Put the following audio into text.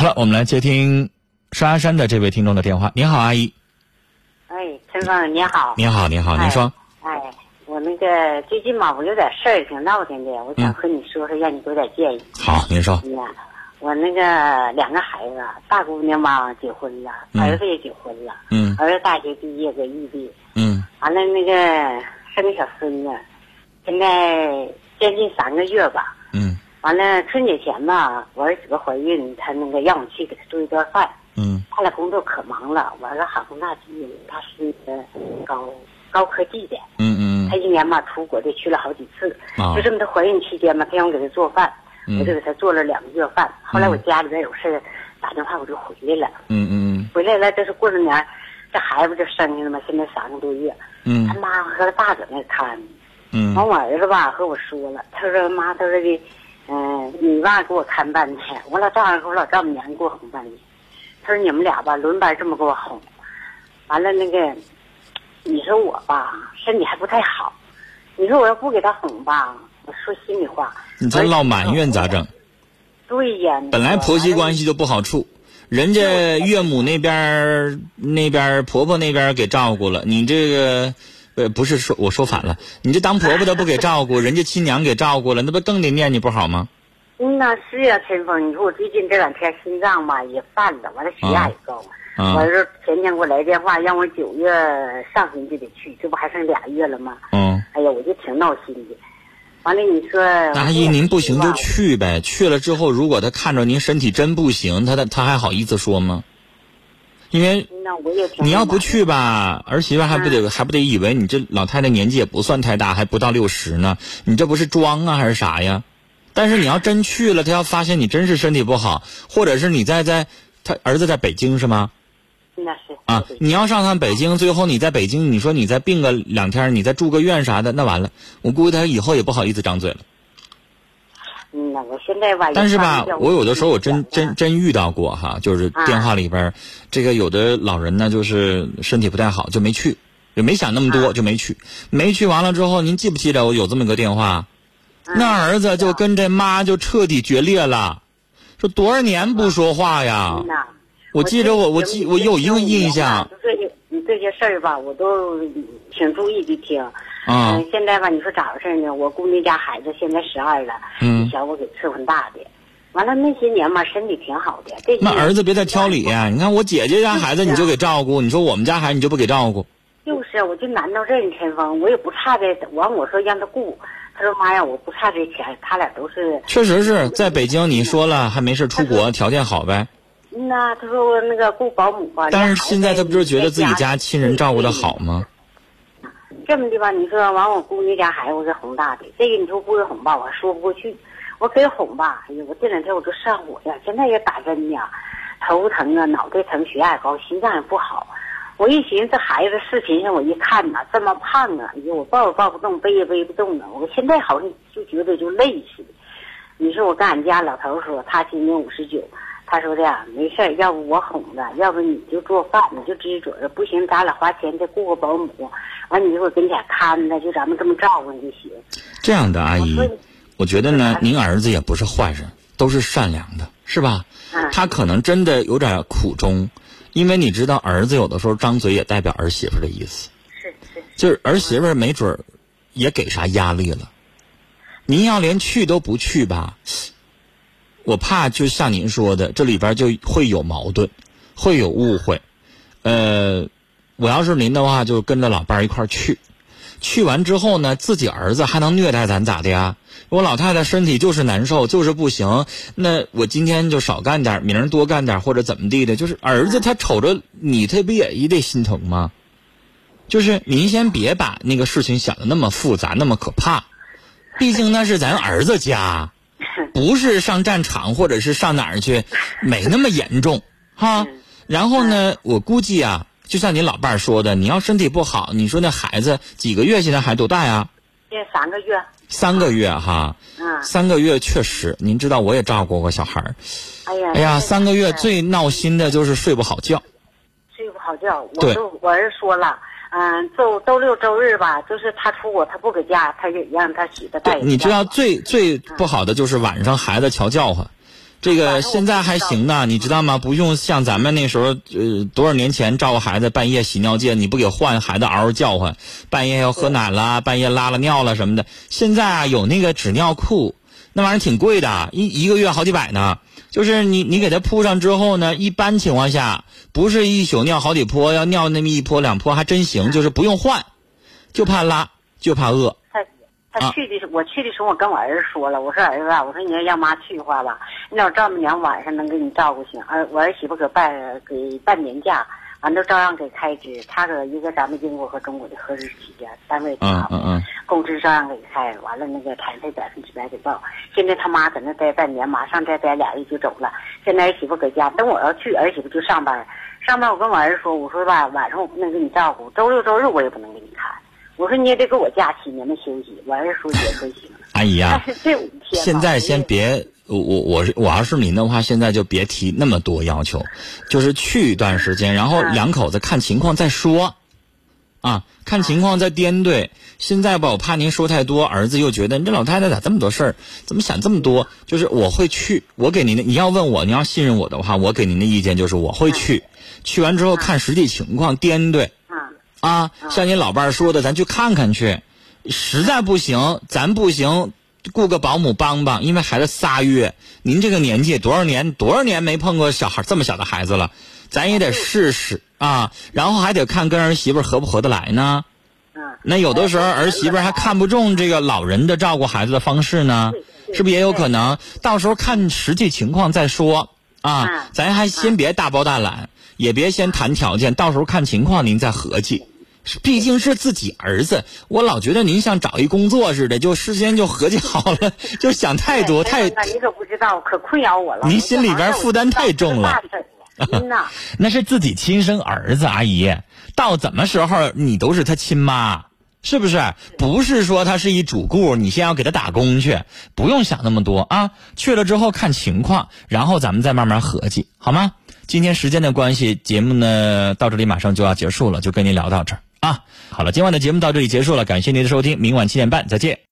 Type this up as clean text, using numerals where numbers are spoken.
好了，我们来接听沙山的这位听众的电话。您好，阿姨。 哎，陈峰，你好。 您好，您好，您说。 我那个最近嘛，我有点事儿，挺闹腾的，我想和你说说，让你给我点建议。 好，您说。 我那个两个孩子，大姑娘嘛结婚了，儿子也结婚了。儿子大学毕业，搁异地。完了那个生个小孙子，现在将近3个月吧。完了春节前吧，我儿媳怀孕，他那个让我去给他做一顿饭。他俩工作可忙了，我儿子航空大机，他是高科技的。他一年嘛出国的去了好几次。就这么他怀孕期间嘛，他让我给他做饭，我就给他做了2个月饭。后来我家里边有事打电话我就回来了。回来了，这是过了年，这孩子就生下了嘛，现在3个多月。他妈和他爸在那看。完我儿子吧和我说了，他说妈，他说的，你爸给我看半天，我老丈人和我老丈母娘给我哄半天。他说你们俩吧轮班这么给我哄，完了那个，你说我吧身体还不太好，你说我要不给他哄吧，我说心里话， 你这唠埋怨咋整？ 对呀， 本来婆媳关系就不好处，人家岳母那边婆婆那边给照顾了，你这个不是说我说反了，你这当婆婆的不给照顾，人家亲娘给照顾了，那不更得念你不好吗？ 那是呀，陈峰，你说我最近这2天心脏吧也犯了，完了血压也高。我说前天给我来电话，让我9月上旬就得去，这不还剩2月了吗？哎呀，我就挺闹心的。完了，你说阿姨，您不行就去呗，去了之后，如果他看着您身体真不行，他还好意思说吗？因为你要不去吧，儿媳妇还不得以为你这老太太年纪也不算太大，还不到60呢，你这不是装啊还是啥呀？但是你要真去了，他要发现你真是身体不好，或者是你他儿子在北京是吗？ 那是啊，你要上趟北京，最后你在北京，你说你再病个2天，你再住个院啥的，那完了，我估计他以后也不好意思张嘴了。 那我现在吧， 但是吧，我有的时候我真遇到过哈，就是电话里边，这个有的老人呢，就是身体不太好，就没去，也没想那么多，就没去，没去完了之后，您记不记得我有这么个电话？那儿子就跟这妈就彻底决裂了，说多少年不说话呀。我记着我有一个印象。 你这些事儿吧，我都挺注意的听。现在吧，你说咋回事呢？我姑娘家孩子现在12了，小我给伺候大的。完了那些年嘛，身体挺好的。 那儿子别再挑理呀！你看我姐姐家孩子你就给照顾，你说我们家孩子你就不给照顾。 就是我就难到这儿，陈峰，我也不差这，完我说让他顾。他说妈呀，我不差这钱，他俩都是。 确实是在北京，你说了还没事出国，条件好呗。 他说那个雇保姆吧。 但是现在他不是觉得自己家亲人照顾的好吗？ 这么的吧，你说完我姑娘家孩子我给哄大的，这个你说不给哄吧，我说不过去。我给哄吧，哎呀，我这2天我都上火呀，现在也打针呢，头疼啊，脑袋疼，血压也高，心脏也不好。我一寻思这孩子视频上我一看呐，这么胖啊，哎呦，我抱也抱不动，背也背不动啊，我现在好像就觉得就累似的。你说我跟俺家老头说，他今年59，他说的呀，没事，要不我哄着，要不你就做饭，你就支着着，不行咱俩花钱再雇个保姆，完你就给我跟前看着，就咱们这么照顾就行。 这样的阿姨，我觉得呢，您儿子也不是坏人，都是善良的，是吧？他可能真的有点苦衷。因为你知道儿子有的时候张嘴也代表儿媳妇的意思，就是儿媳妇没准也给啥压力了。您要连去都不去吧，我怕就像您说的，这里边就会有矛盾，会有误会。我要是您的话，就跟着老伴儿一块儿去。去完之后呢，自己儿子还能虐待咱咋的呀？我老太太身体就是难受，就是不行，那我今天就少干点，明儿多干点，或者怎么地的，就是儿子他瞅着你，他不也得心疼吗？就是您先别把那个事情想得那么复杂，那么可怕，毕竟那是咱儿子家，不是上战场或者是上哪儿去，没那么严重哈。然后呢，我估计啊，就像您老伴儿说的，你要身体不好，你说那孩子几个月，现在还多大呀？ 这3个月。 3个月哈，3个月确实，您知道我也照顾过小孩儿。哎呀，3个月最闹心的就是睡不好觉。 睡不好觉，我儿子说了，周六周日吧，就是他出国，他不搁家，他也让他媳妇带。 你知道最不好的就是晚上孩子瞧叫唤， 这个现在还行呢，你知道吗？不用像咱们那时候多少年前照顾孩子半夜洗尿介，你不给换，孩子嗷嗷叫唤，半夜要喝奶了，半夜拉了尿了什么的。现在啊有那个纸尿裤，那玩意儿挺贵的，一个月好几百呢。就是你给它铺上之后呢，一般情况下不是一宿尿好几泼，要尿那么一泼两泼还真行，就是不用换，就怕拉就怕饿。 他去的时候，我去的时候，我跟我儿子说了，我说儿子啊，我说你要让妈去的话吧，你老丈母娘晚上能给你照顾行，我儿媳妇给半年假，完都照样给开支，他搁一个咱们英国和中国的合资企业单位工资照样给开，完了那个产费100%给报。现在他妈在那待半年，马上再待2月就走了，现在儿媳妇搁家，等我要去，儿媳妇就上班，我跟我儿子说，我说吧，晚上我不能给你照顾，周六周日我也不能给你看。我说你也得给我假期，你们休息。我儿子说也说行。 阿姨啊， 但是这5天现在先别，我要是您的话，现在就别提那么多要求，就是去一段时间，然后两口子看情况再说，看情况再颠对。现在吧，我怕您说太多，儿子又觉得你这老太太咋这么多事儿，怎么想这么多？就是我会去，我给您的，你要问我，你要信任我的话，我给您的意见就是我会去，去完之后看实际情况颠对。像您老伴儿说的，咱去看看去，实在不行，咱不行，雇个保姆帮帮，因为孩子3月，您这个年纪多少年没碰过小孩这么小的孩子了，咱也得试试啊，然后还得看跟儿媳妇合不合得来呢。那有的时候儿媳妇还看不中这个老人的照顾孩子的方式呢，是不是也有可能？到时候看实际情况再说啊，咱还先别大包大揽，也别先谈条件，到时候看情况您再合计。毕竟是自己儿子，我老觉得您像找一工作似的，就事先就合计好了，就想太多太。 你可不知道，可困扰我了。 您心里边负担太重了。那是自己亲生儿子，阿姨，到怎么时候你都是他亲妈，是不是？不是说他是一主顾，你先要给他打工去，不用想那么多啊。去了之后看情况，然后咱们再慢慢合计，好吗？今天时间的关系，节目呢到这里马上就要结束了，就跟您聊到这儿啊。好了，今晚的节目到这里结束了，感谢您的收听，明晚7点半再见。